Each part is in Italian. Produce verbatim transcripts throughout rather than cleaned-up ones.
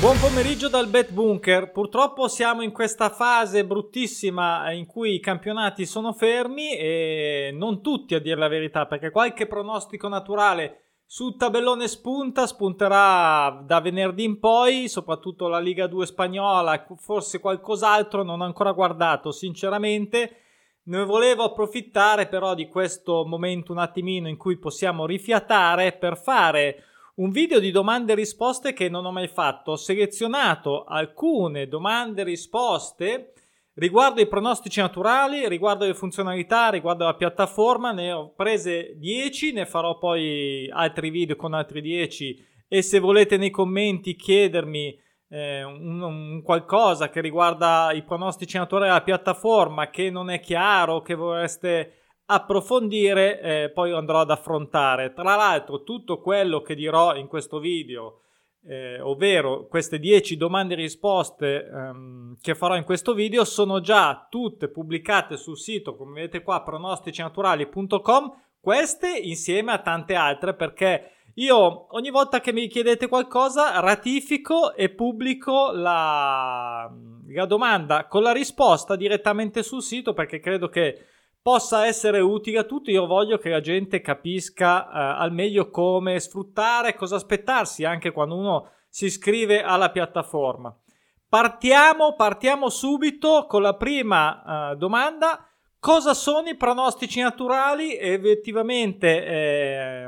Buon pomeriggio dal Bet Bunker. Purtroppo siamo in questa fase bruttissima in cui i campionati sono fermi e non tutti, a dire la verità, perché qualche pronostico naturale sul tabellone spunta, spunterà da venerdì in poi, soprattutto la Liga due spagnola, forse qualcos'altro non ho ancora guardato sinceramente. Ne volevo approfittare però di questo momento un attimino in cui possiamo rifiatare per fare un video di domande e risposte che non ho mai fatto. Ho selezionato alcune domande e risposte riguardo i pronostici naturali, riguardo le funzionalità, riguardo la piattaforma. Ne ho prese dieci, ne farò poi altri video con altri dieci e se volete nei commenti chiedermi eh, un, un qualcosa che riguarda i pronostici naturali della piattaforma che non è chiaro, che vorreste approfondire, eh, poi andrò ad affrontare. Tra l'altro tutto quello che dirò in questo video, eh, ovvero queste dieci domande e risposte ehm, che farò in questo video, sono già tutte pubblicate sul sito, come vedete qua, pronostici naturali punto com, queste insieme a tante altre, perché io ogni volta che mi chiedete qualcosa ratifico e pubblico la, la domanda con la risposta direttamente sul sito, perché credo che possa essere utile a tutti. Io voglio che la gente capisca eh, al meglio come sfruttare, cosa aspettarsi anche quando uno si iscrive alla piattaforma. Partiamo, partiamo subito con la prima eh, domanda. Cosa sono i pronostici naturali? Effettivamente eh,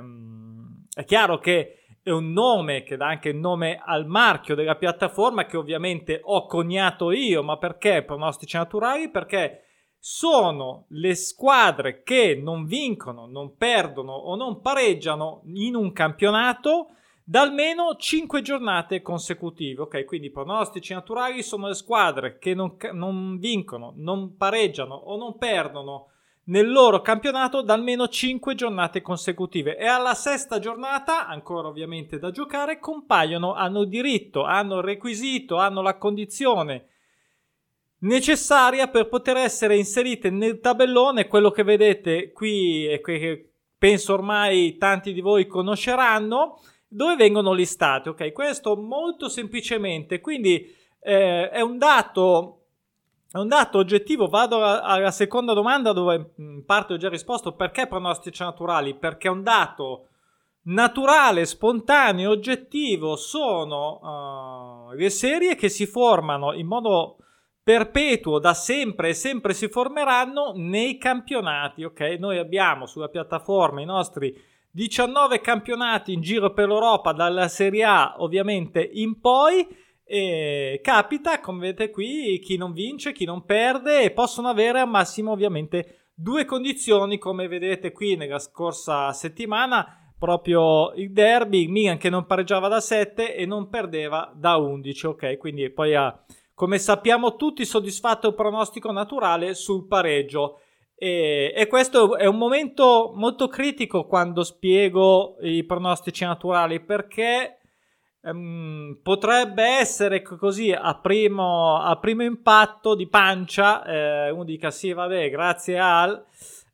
è chiaro che è un nome che dà anche il nome al marchio della piattaforma, che ovviamente ho coniato io. Ma perché pronostici naturali? Perché sono le squadre che non vincono, non perdono o non pareggiano in un campionato da almeno cinque giornate consecutive. Ok, quindi i pronostici naturali sono le squadre che non, non vincono, non pareggiano o non perdono nel loro campionato da almeno cinque giornate consecutive, e alla sesta giornata, ancora ovviamente da giocare, compaiono, hanno diritto, hanno il requisito, hanno la condizione necessaria per poter essere inserite nel tabellone, quello che vedete qui e che penso ormai tanti di voi conosceranno, dove vengono listate. Ok, questo molto semplicemente, quindi eh, è un dato è un dato oggettivo. Vado alla, alla seconda domanda, dove in parte ho già risposto. Perché pronostici naturali? Perché è un dato naturale, spontaneo, oggettivo. Sono uh, le serie che si formano in modo perpetuo da sempre e sempre si formeranno nei campionati. Ok, noi abbiamo sulla piattaforma i nostri diciannove campionati in giro per l'Europa, dalla Serie A ovviamente in poi, e capita, come vedete qui, chi non vince, chi non perde, e possono avere al massimo ovviamente due condizioni, come vedete qui nella scorsa settimana, proprio il derby, il Milan che non pareggiava da sette e non perdeva da undici. Ok, quindi poi ha, come sappiamo tutti, soddisfatto il pronostico naturale sul pareggio. E, e questo è un momento molto critico quando spiego i pronostici naturali, perché um, potrebbe essere così a primo, a primo impatto di pancia, eh, uno dica sì vabbè, grazie al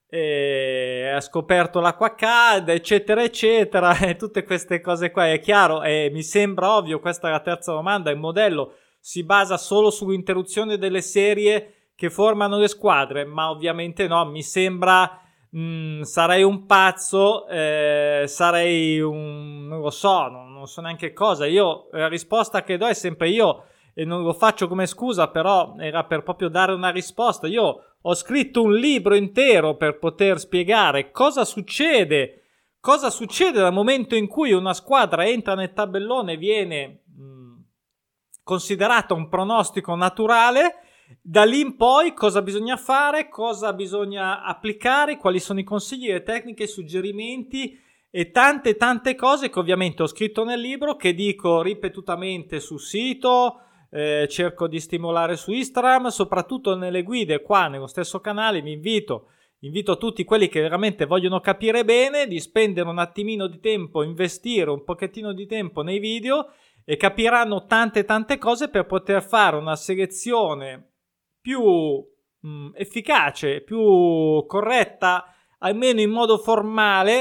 eh, ha scoperto l'acqua calda eccetera eccetera e tutte queste cose qua. È chiaro, e mi sembra ovvio. Questa è la terza domanda. Il modello si basa solo sull'interruzione delle serie che formano le squadre, ma ovviamente no, mi sembra mh, sarei un pazzo, eh, sarei un, non lo so, non, non so neanche cosa. Io la risposta che do è sempre io, e non lo faccio come scusa, però era per proprio dare una risposta. Io ho scritto un libro intero per poter spiegare cosa succede, cosa succede dal momento in cui una squadra entra nel tabellone e viene considerata un pronostico naturale. Da lì in poi cosa bisogna fare, cosa bisogna applicare, quali sono i consigli, le tecniche, i suggerimenti e tante tante cose che ovviamente ho scritto nel libro, che dico ripetutamente sul sito, eh, cerco di stimolare su Instagram, soprattutto nelle guide qua nello stesso canale. Mi invito invito tutti quelli che veramente vogliono capire bene di spendere un attimino di tempo, investire un pochettino di tempo nei video, e capiranno tante tante cose per poter fare una selezione più mh, efficace, più corretta, almeno in modo formale,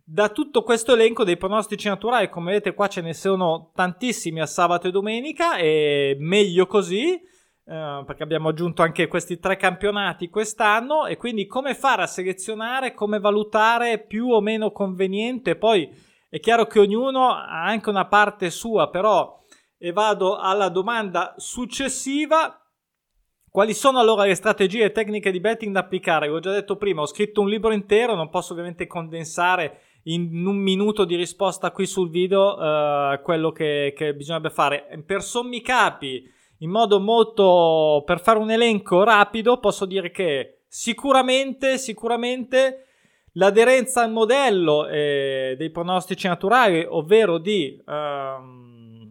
da tutto questo elenco dei pronostici naturali, come vedete qua ce ne sono tantissimi a sabato e domenica, e meglio così, eh, perché abbiamo aggiunto anche questi tre campionati quest'anno, e quindi come fare a selezionare, come valutare più o meno conveniente. Poi è chiaro che ognuno ha anche una parte sua, però, e vado alla domanda successiva. Quali sono allora le strategie e tecniche di betting da applicare? L'ho già detto prima, ho scritto un libro intero, non posso ovviamente condensare in un minuto di risposta qui sul video uh, quello che, che bisognerebbe fare. Per sommi capi, in modo molto, per fare un elenco rapido, posso dire che sicuramente, sicuramente l'aderenza al modello eh, dei pronostici naturali, ovvero di uh,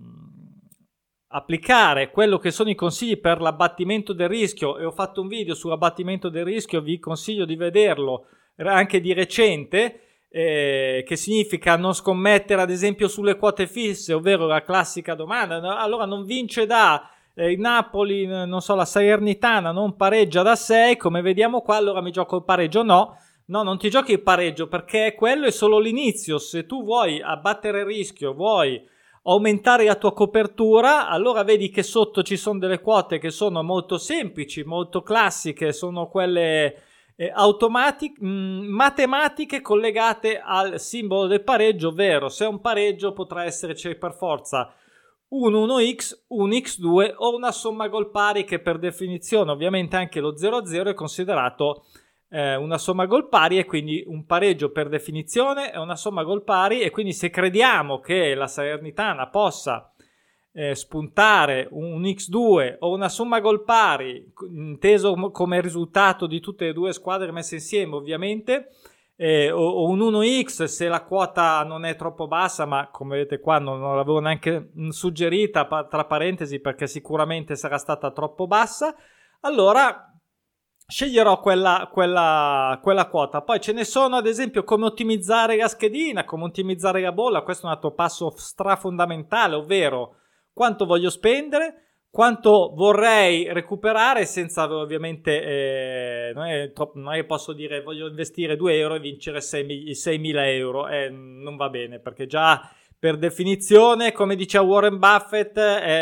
applicare quello che sono i consigli per l'abbattimento del rischio, e ho fatto un video sull'abbattimento del rischio, vi consiglio di vederlo anche di recente, eh, che significa non scommettere ad esempio sulle quote fisse, ovvero la classica domanda: allora non vince da eh, il Napoli, non so, la Salernitana non pareggia da sei, come vediamo qua, allora mi gioco il pareggio? No, no, non ti giochi il pareggio, perché quello è solo l'inizio. Se tu vuoi abbattere il rischio, vuoi aumentare la tua copertura, allora vedi che sotto ci sono delle quote che sono molto semplici, molto classiche, sono quelle eh, automatiche, mh, matematiche, collegate al simbolo del pareggio, ovvero se è un pareggio potrà esserci per forza un uno x, un x due o una somma gol pari, che per definizione ovviamente anche lo zero a zero è considerato Eh, una somma gol pari, e quindi un pareggio per definizione è una somma gol pari. E quindi se crediamo che la Salernitana possa eh, spuntare un x due o una somma gol pari, inteso come risultato di tutte e due le squadre messe insieme ovviamente, eh, o, o un uno x se la quota non è troppo bassa, ma come vedete qua non, non l'avevo neanche suggerita tra parentesi perché sicuramente sarà stata troppo bassa, allora sceglierò quella, quella, quella quota. Poi ce ne sono, ad esempio, come ottimizzare la schedina, come ottimizzare la bolla. Questo è un altro passo strafondamentale, ovvero quanto voglio spendere, quanto vorrei recuperare, senza ovviamente eh, non, è troppo, non è che posso dire voglio investire due euro e vincere seimila euro, eh, non va bene, perché già per definizione, come diceva Warren Buffett,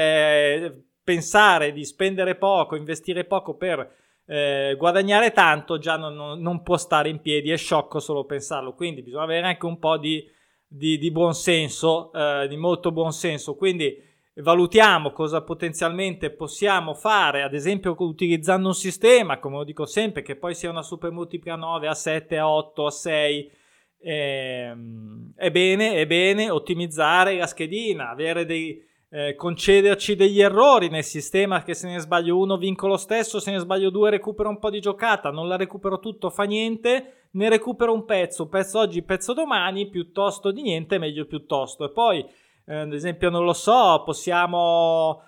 eh, pensare di spendere poco, investire poco per Eh, guadagnare tanto già non, non, non può stare in piedi, è sciocco solo pensarlo. Quindi bisogna avere anche un po' di, di, di buon senso, eh, di molto buon senso. Quindi valutiamo cosa potenzialmente possiamo fare, ad esempio utilizzando un sistema, come lo dico sempre, che poi sia una super multipla nove, a sette, a otto, a sei. Eh, è bene, è bene ottimizzare la schedina, avere dei Eh, concederci degli errori nel sistema, che se ne sbaglio uno vinco lo stesso, se ne sbaglio due recupero un po' di giocata, non la recupero tutto fa niente, ne recupero un pezzo, pezzo oggi, pezzo domani, piuttosto di niente, meglio piuttosto. E poi eh, ad esempio non lo so, possiamo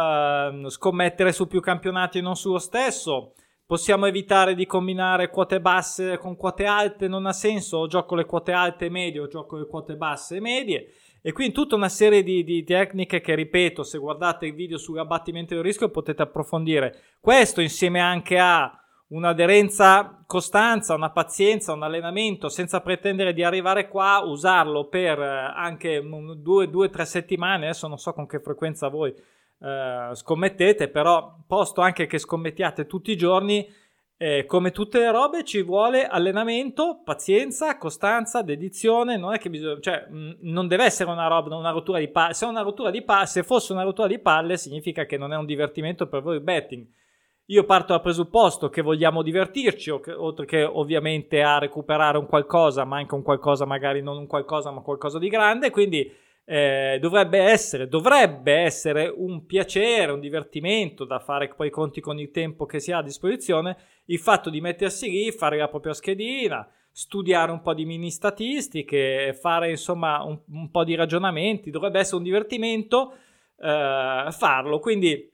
eh, scommettere su più campionati e non sullo stesso, possiamo evitare di combinare quote basse con quote alte, non ha senso, o gioco le quote alte e medie o gioco le quote basse e medie. E quindi tutta una serie di, di tecniche che, ripeto, se guardate il video sull'abbattimento del rischio potete approfondire. Questo insieme anche a un'aderenza, costanza, una pazienza, un allenamento, senza pretendere di arrivare qua, usarlo per anche due, due, tre settimane. Adesso non so con che frequenza voi eh, scommettete, però posto anche che scommettiate tutti i giorni, Eh, come tutte le robe ci vuole allenamento, pazienza, costanza, dedizione. Non è che bisogna, cioè, mh, non deve essere una roba, una rottura di palle. Se è una rottura di palle, se fosse una rottura di palle, significa che non è un divertimento per voi il betting. Io parto dal presupposto che vogliamo divertirci, o che, oltre che ovviamente a recuperare un qualcosa, ma anche un qualcosa, magari non un qualcosa, ma qualcosa di grande. Quindi Eh, dovrebbe essere dovrebbe essere un piacere, un divertimento da fare poi i conti con il tempo che si ha a disposizione, il fatto di mettersi lì, fare la propria schedina, studiare un po' di mini statistiche, fare insomma un, un po' di ragionamenti. Dovrebbe essere un divertimento eh, farlo. Quindi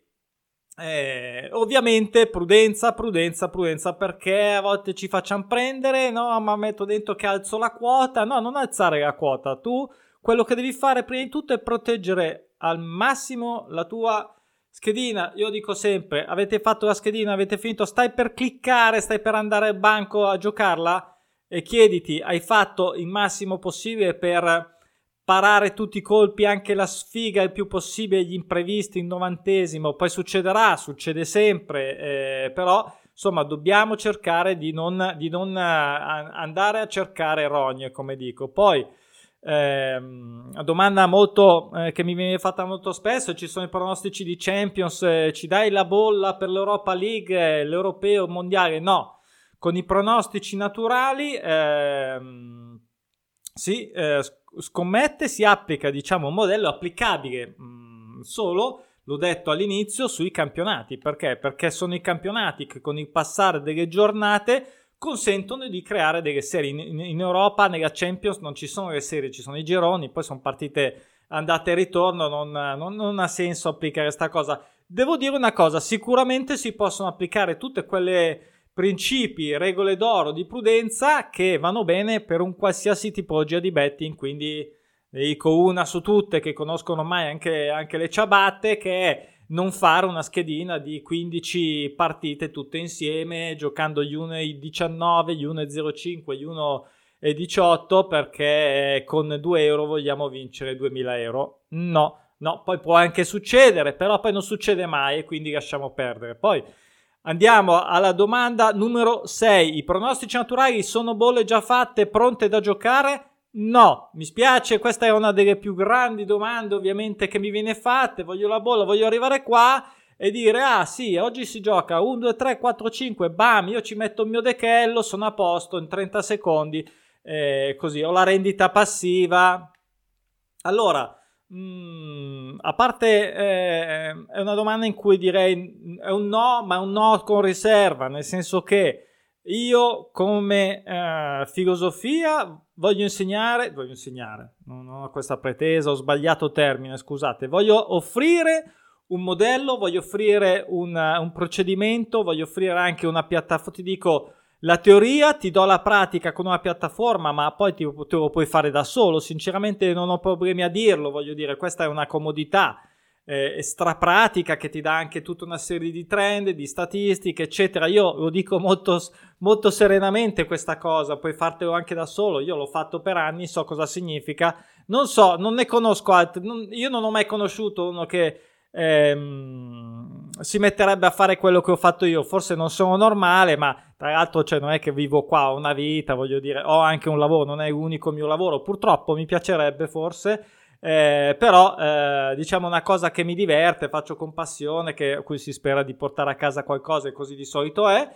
eh, ovviamente prudenza, prudenza, prudenza, perché a volte ci facciamo prendere, no, ma metto dentro che alzo la quota. No, non alzare la quota, tu quello che devi fare prima di tutto è proteggere al massimo la tua schedina. Io dico sempre, avete fatto la schedina, avete finito, stai per cliccare, stai per andare al banco a giocarla, e chiediti: hai fatto il massimo possibile per parare tutti i colpi, anche la sfiga il più possibile, gli imprevisti in novantesimo? Poi succederà, succede sempre, eh, però insomma dobbiamo cercare di non, di non uh, andare a cercare rogne, come dico. Poi ehm, una domanda molto eh, che mi viene fatta molto spesso: ci sono i pronostici di Champions, eh, ci dai la bolla per l'Europa League, eh, l'Europeo, il Mondiale? No, con i pronostici naturali ehm, si eh, scommette, si applica, diciamo, un modello applicabile mh, solo, l'ho detto all'inizio, sui campionati. Perché? Perché sono i campionati che con il passare delle giornate consentono di creare delle serie. In, in, in Europa, nella Champions, non ci sono le serie, ci sono i gironi, poi sono partite andate e ritorno, non, non, non ha senso applicare questa cosa. Devo dire una cosa: sicuramente si possono applicare tutte quelle principi, regole d'oro di prudenza che vanno bene per un qualsiasi tipologia di betting. Quindi ne dico una su tutte che conoscono ormai anche, anche le ciabatte, che è non fare una schedina di quindici partite tutte insieme, giocando gli uno e diciannove, gli uno e zero cinque, gli uno e diciotto, perché con due euro vogliamo vincere duemila euro. No, no, poi può anche succedere, però poi non succede mai e quindi lasciamo perdere. Poi andiamo alla domanda numero sei. I pronostici naturali sono bolle già fatte, pronte da giocare? No, mi spiace, questa è una delle più grandi domande ovviamente che mi viene fatte. Voglio la bolla, voglio arrivare qua e dire: ah sì, oggi si gioca uno, due, tre, quattro, cinque, bam, io ci metto il mio dechello, sono a posto in trenta secondi, eh, così ho la rendita passiva. Allora, mh, a parte eh, è una domanda in cui direi è un no, ma è un no con riserva, nel senso che io come eh, filosofia voglio insegnare, voglio insegnare, non ho questa pretesa, ho sbagliato termine, scusate, voglio offrire un modello, voglio offrire un, un procedimento, voglio offrire anche una piattaforma. Ti dico, la teoria, ti do la pratica con una piattaforma, ma poi ti, te lo puoi fare da solo. Sinceramente non ho problemi a dirlo, voglio dire, questa è una comodità eh, strapratica che ti dà anche tutta una serie di trend, di statistiche, eccetera. Io lo dico molto, molto serenamente questa cosa, puoi fartelo anche da solo. Io l'ho fatto per anni, so cosa significa. Non so, non ne conosco altri, non, io non ho mai conosciuto uno che ehm, si metterebbe a fare quello che ho fatto io. Forse non sono normale, ma tra l'altro, cioè, non è che vivo qua, ho una vita, voglio dire, ho anche un lavoro, non è l'unico mio lavoro, purtroppo, mi piacerebbe forse, eh, però eh, diciamo una cosa che mi diverte, faccio con passione, che a cui si spera di portare a casa qualcosa, e così di solito è.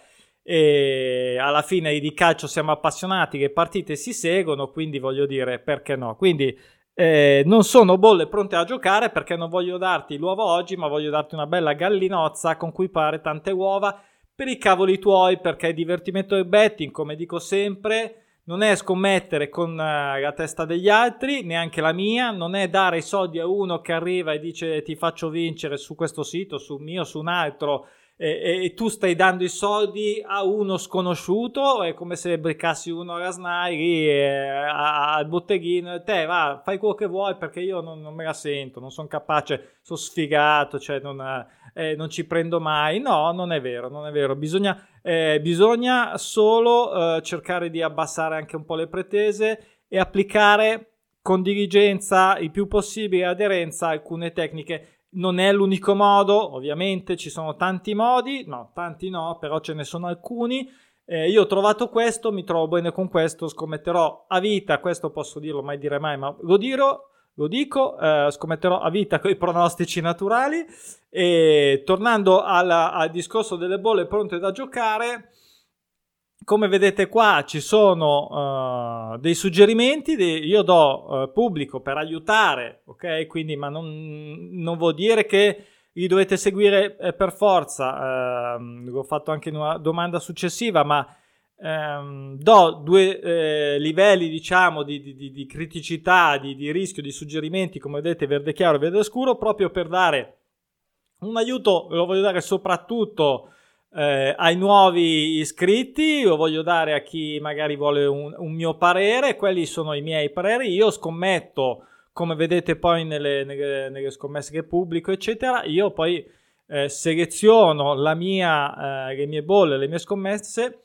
E alla fine di calcio siamo appassionati, le partite si seguono, quindi voglio dire, perché no? Quindi eh, non sono bolle pronte a giocare, perché non voglio darti l'uovo oggi, ma voglio darti una bella gallinozza con cui fare tante uova per i cavoli tuoi, perché il divertimento del betting, come dico sempre, non è scommettere con uh, la testa degli altri, neanche la mia, non è dare i soldi a uno che arriva e dice ti faccio vincere su questo sito, sul mio, su un altro, e, e tu stai dando i soldi a uno sconosciuto. È come se briccassi uno alla SNAI lì, eh, al botteghino, te va, fai quello che vuoi, perché io non, non me la sento, non sono capace, sono sfigato, cioè non, eh, non ci prendo mai. No, non è vero, non è vero, bisogna, eh, bisogna solo eh, cercare di abbassare anche un po' le pretese e applicare con diligenza il più possibile, aderenza, alcune tecniche. Non è l'unico modo, ovviamente ci sono tanti modi, no, tanti no, però ce ne sono alcuni. Eh, io ho trovato questo, mi trovo bene con questo, scommetterò a vita, questo posso dirlo, mai dire mai, ma lo dirò, lo dico, eh, scommetterò a vita con i pronostici naturali. E tornando alla, al discorso delle bolle pronte da giocare, come vedete qua ci sono uh, dei suggerimenti, dei, io do uh, pubblico per aiutare, ok? Quindi, ma non, non vuol dire che li dovete seguire eh, per forza. Uh, l'ho fatto anche in una domanda successiva, ma um, do due eh, livelli, diciamo, di, di, di criticità, di, di rischio, di suggerimenti, come vedete, verde chiaro e verde scuro, proprio per dare un aiuto. Lo voglio dare soprattutto Eh, ai nuovi iscritti, lo voglio dare a chi magari vuole un, un mio parere. Quelli sono i miei pareri. Io scommetto, come vedete poi nelle, nelle, nelle scommesse che pubblico, eccetera. Io poi eh, seleziono la mia, eh, le mie bolle, le mie scommesse,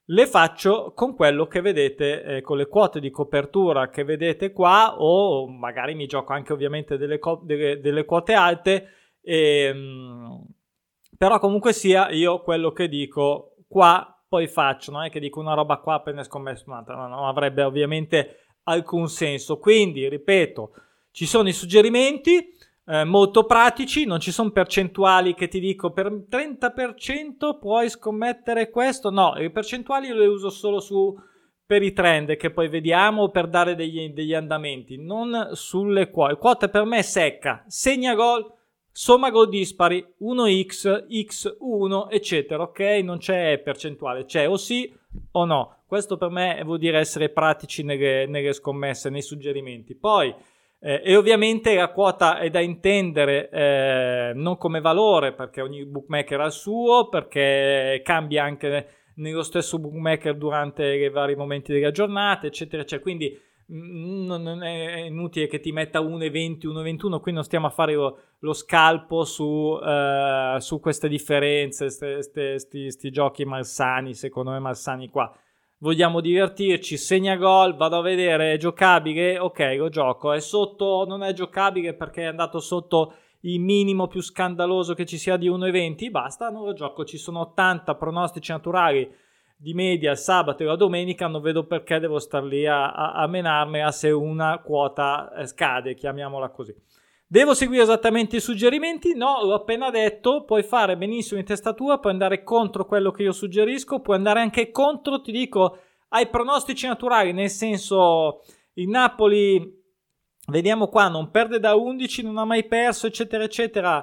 le faccio con quello che vedete, eh, con le quote di copertura che vedete qua, o magari mi gioco anche ovviamente delle, co- delle, delle quote alte, e, mh, però comunque sia io quello che dico qua poi faccio, non è che dico una roba qua poi ne scommesso un'altra, no, non avrebbe ovviamente alcun senso. Quindi ripeto, ci sono i suggerimenti Eh, molto pratici, non ci sono percentuali che ti dico per trenta per cento puoi scommettere questo, no, le percentuali le uso solo su per i trend che poi vediamo, per dare degli, degli andamenti, non sulle quote. Quote per me è secca, segna gol, somma gol dispari, uno x, x uno, eccetera, ok? Non c'è percentuale, c'è o sì o no. Questo per me vuol dire essere pratici nelle, nelle scommesse, nei suggerimenti. Poi Eh, e ovviamente la quota è da intendere eh, non come valore, perché ogni bookmaker ha il suo, perché cambia anche nello stesso bookmaker durante i vari momenti della giornata, eccetera, eccetera. Quindi mh, non è inutile che ti metta uno e venti, uno e ventuno, qui non stiamo a fare lo, lo scalpo su, eh, su queste differenze, questi giochi malsani, secondo me malsani qua. Vogliamo divertirci, segna gol, vado a vedere, è giocabile, ok, lo gioco, è sotto, non è giocabile perché è andato sotto il minimo più scandaloso che ci sia di uno e venti, basta, non lo gioco. Ci sono ottanta pronostici naturali di media il sabato e la domenica, non vedo perché devo star lì a, a, a menarmela se una quota scade, chiamiamola così. Devo seguire esattamente i suggerimenti? No, l'ho appena detto, puoi fare benissimo in testa tua, puoi andare contro quello che io suggerisco, puoi andare anche contro, ti dico, ai pronostici naturali, nel senso il Napoli, vediamo qua, non perde da undici, non ha mai perso, eccetera, eccetera.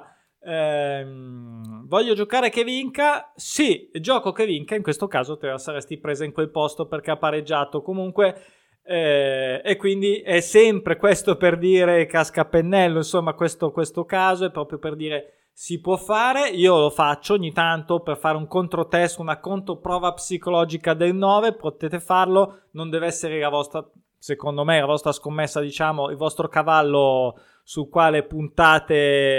Ehm, voglio giocare che vinca? Sì, gioco che vinca, in questo caso te la saresti presa in quel posto perché ha pareggiato comunque. Eh, e quindi è sempre questo per dire casca a pennello, insomma questo, questo caso è proprio per dire si può fare, io lo faccio ogni tanto per fare un controtest, una controprova psicologica del nove, potete farlo, non deve essere la vostra, secondo me la vostra scommessa, diciamo il vostro cavallo sul quale puntate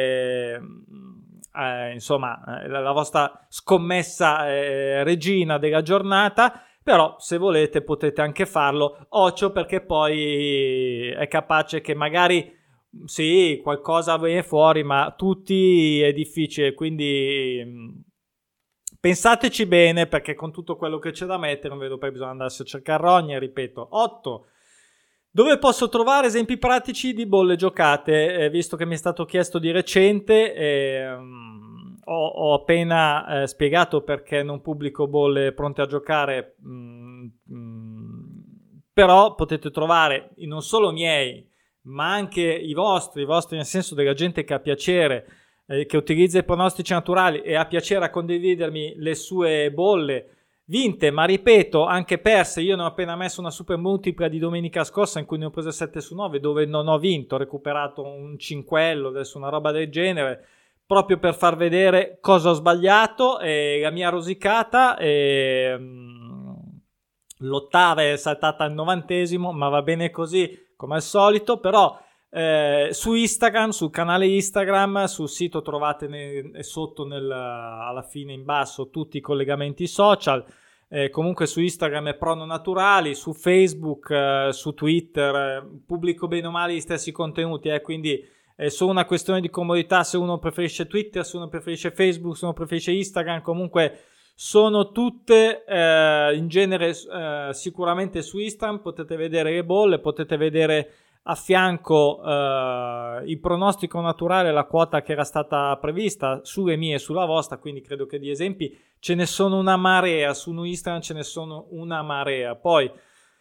eh, insomma la, la vostra scommessa eh, regina della giornata. Però se volete potete anche farlo, occhio, perché poi è capace che magari sì, qualcosa viene fuori, ma tutti è difficile, quindi pensateci bene, perché con tutto quello che c'è da mettere non vedo poi bisogna andarsi a cercare rogne. Ripeto, otto. Dove posso trovare esempi pratici di bolle giocate? Eh, visto che mi è stato chiesto di recente, ehm, ho, ho appena eh, spiegato perché non pubblico bolle pronte a giocare, mh, mh, però potete trovare non solo miei, ma anche i vostri, i vostri nel senso della gente che ha piacere, eh, che utilizza i pronostici naturali e ha piacere a condividermi le sue bolle, vinte, ma ripeto, anche perse. Io ne ho appena messo una super multipla di domenica scorsa in cui ne ho prese sette su nove, dove non ho vinto, ho recuperato un cinquello, adesso una roba del genere, proprio per far vedere cosa ho sbagliato, e la mia rosicata, e, um, l'ottava è saltata al novantesimo, ma va bene così, come al solito. Però eh, su Instagram, sul canale Instagram, sul sito trovate ne, sotto nel, alla fine in basso tutti i collegamenti social. Eh, comunque su Instagram è Prono Naturali, su Facebook, eh, su Twitter eh, pubblico bene o male gli stessi contenuti, eh, quindi è solo una questione di comodità se uno preferisce Twitter, se uno preferisce Facebook, se uno preferisce Instagram. Comunque sono tutte eh, in genere eh, sicuramente su Instagram, potete vedere le bolle, potete vedere a fianco eh, il pronostico naturale, la quota che era stata prevista sulle mie e sulla vostra, quindi credo che di esempi ce ne sono una marea, su Instagram ce ne sono una marea. Poi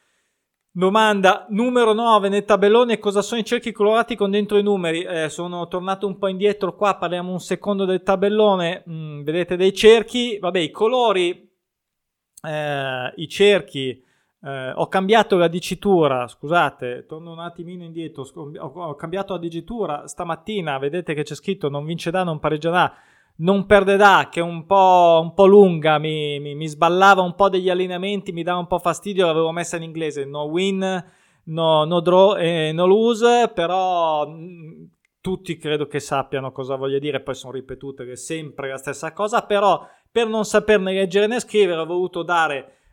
domanda numero nove nel tabellone: cosa sono i cerchi colorati con dentro i numeri? Eh, sono tornato un po' indietro qua, parliamo un secondo del tabellone. Mm, vedete dei cerchi, vabbè, i colori, eh, i cerchi, eh, ho cambiato la dicitura, scusate, torno un attimino indietro, ho, ho cambiato la dicitura stamattina, vedete che c'è scritto non vincerà, non pareggerà, non perderà, che è un po', un po' lunga, mi, mi, mi sballava un po' degli allineamenti, mi dava un po' fastidio, l'avevo messa in inglese, no win, no, no draw e no lose, però mh, tutti credo che sappiano cosa voglia dire, poi sono ripetute sempre la stessa cosa, però per non saperne leggere né scrivere ho voluto dare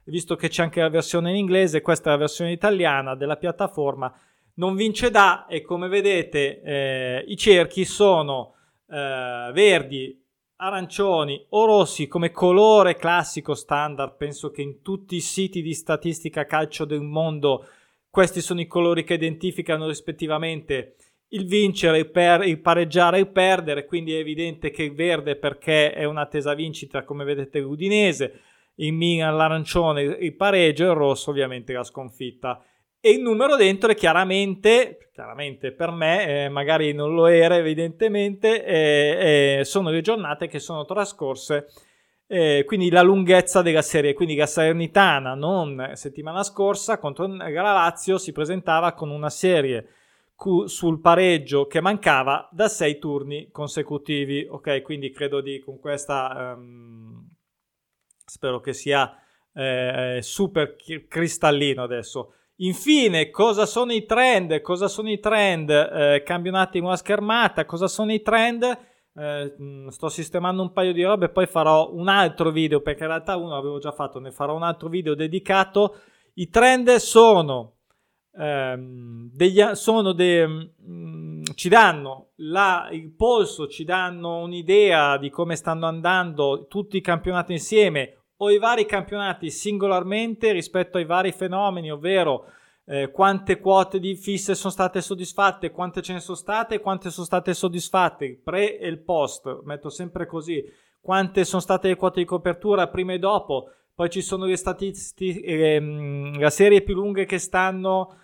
visto che c'è anche la versione in inglese, questa è la versione italiana della piattaforma, non vince da, e come vedete eh, i cerchi sono eh, verdi, arancioni o rossi come colore classico standard. Penso che in tutti i siti di statistica calcio del mondo questi sono i colori che identificano rispettivamente il vincere, il, per, il pareggiare e il perdere, quindi è evidente che il verde perché è un'attesa vincita, come vedete l'Udinese, il Milan l'arancione il pareggio, e il rosso ovviamente la sconfitta. E il numero dentro è chiaramente, chiaramente per me, eh, magari non lo era evidentemente, eh, eh, sono le giornate che sono trascorse, eh, quindi la lunghezza della serie. Quindi la Salernitana, non settimana scorsa, contro la Lazio si presentava con una serie sul pareggio che mancava da sei turni consecutivi. Ok, quindi credo di con questa um, spero che sia eh, super cristallino adesso. Infine, cosa sono i trend? Cosa sono i trend? Eh, campionati in una schermata, cosa sono i trend? Eh, sto sistemando un paio di robe, poi farò un altro video, perché in realtà uno l'avevo già fatto, ne farò un altro video dedicato. I trend sono ehm, degli, sono de, mh, ci danno la, il polso, ci danno un'idea di come stanno andando tutti i campionati insieme o i vari campionati singolarmente rispetto ai vari fenomeni, ovvero eh, quante quote di fisse sono state soddisfatte, quante ce ne sono state, quante sono state soddisfatte, il pre e il post, metto sempre così, quante sono state le quote di copertura prima e dopo. Poi ci sono le statistiche, ehm, la serie più lunghe che stanno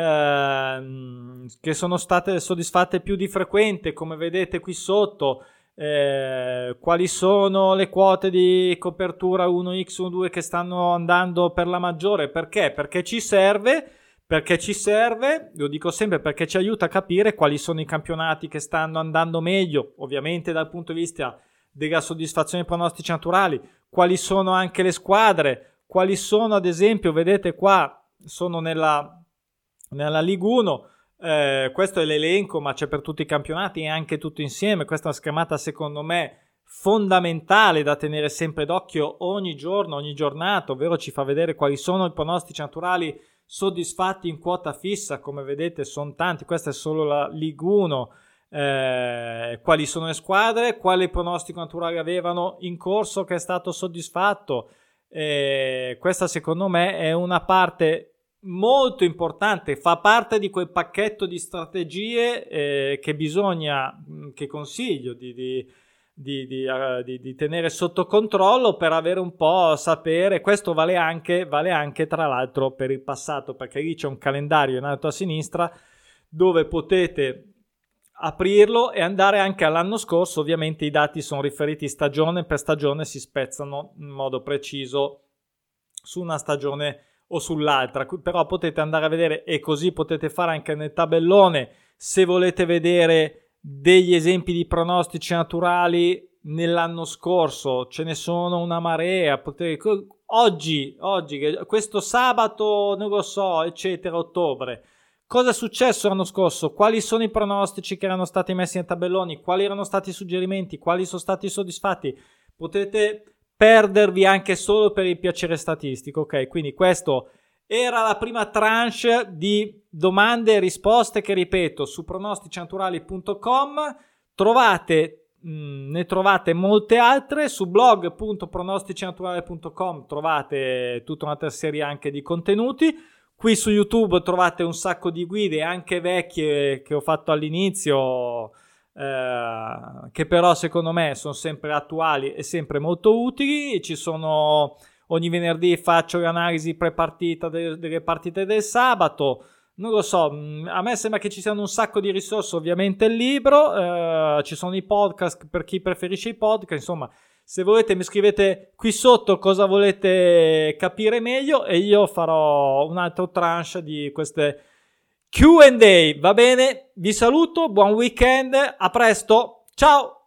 ehm, che sono state soddisfatte più di frequente, come vedete qui sotto. Eh, quali sono le quote di copertura uno x uno due che stanno andando per la maggiore? Perché? Perché ci serve, perché ci serve, lo dico sempre, perché ci aiuta a capire quali sono i campionati che stanno andando meglio, ovviamente dal punto di vista della soddisfazione dei pronostici naturali, quali sono anche le squadre, quali sono ad esempio, vedete qua, sono nella, nella Ligue uno. Eh, questo è l'elenco, ma c'è per tutti i campionati e anche tutto insieme. Questa è una schermata secondo me fondamentale da tenere sempre d'occhio ogni giorno, ogni giornata, ovvero ci fa vedere quali sono i pronostici naturali soddisfatti in quota fissa. Come vedete sono tanti, questa è solo la Ligue uno. Eh, quali sono le squadre, quale pronostico naturale avevano in corso che è stato soddisfatto. Eh, questa secondo me è una parte molto importante, fa parte di quel pacchetto di strategie eh, che bisogna, che consiglio di, di, di, di, uh, di, di tenere sotto controllo per avere un po' sapere. Questo vale anche, vale anche tra l'altro per il passato, perché lì c'è un calendario in alto a sinistra dove potete aprirlo e andare anche all'anno scorso. Ovviamente i dati sono riferiti stagione per stagione, si spezzano in modo preciso su una stagione o sull'altra, però potete andare a vedere, e così potete fare anche nel tabellone se volete vedere degli esempi di pronostici naturali nell'anno scorso. Ce ne sono una marea. Potete, oggi, oggi questo sabato, non lo so, eccetera, ottobre, cosa è successo l'anno scorso, quali sono i pronostici che erano stati messi nei tabelloni, quali erano stati i suggerimenti, quali sono stati soddisfatti. Potete perdervi anche solo per il piacere statistico. Ok, quindi questo era la prima tranche di domande e risposte che, ripeto, su pronosticinaturali punto com trovate, mh, ne trovate molte altre. Su blog punto pronosticinaturali punto com trovate tutta un'altra serie anche di contenuti. Qui su YouTube trovate un sacco di guide anche vecchie che ho fatto all'inizio, Eh, che però secondo me sono sempre attuali e sempre molto utili. Ci sono, ogni venerdì faccio l'analisi pre-partita delle, delle partite del sabato. Non lo so, a me sembra che ci siano un sacco di risorse. Ovviamente il libro, eh, ci sono i podcast per chi preferisce i podcast. Insomma, se volete mi scrivete qui sotto cosa volete capire meglio e io farò un altro tranche di queste Q and A. Va bene, vi saluto, buon weekend, a presto, ciao!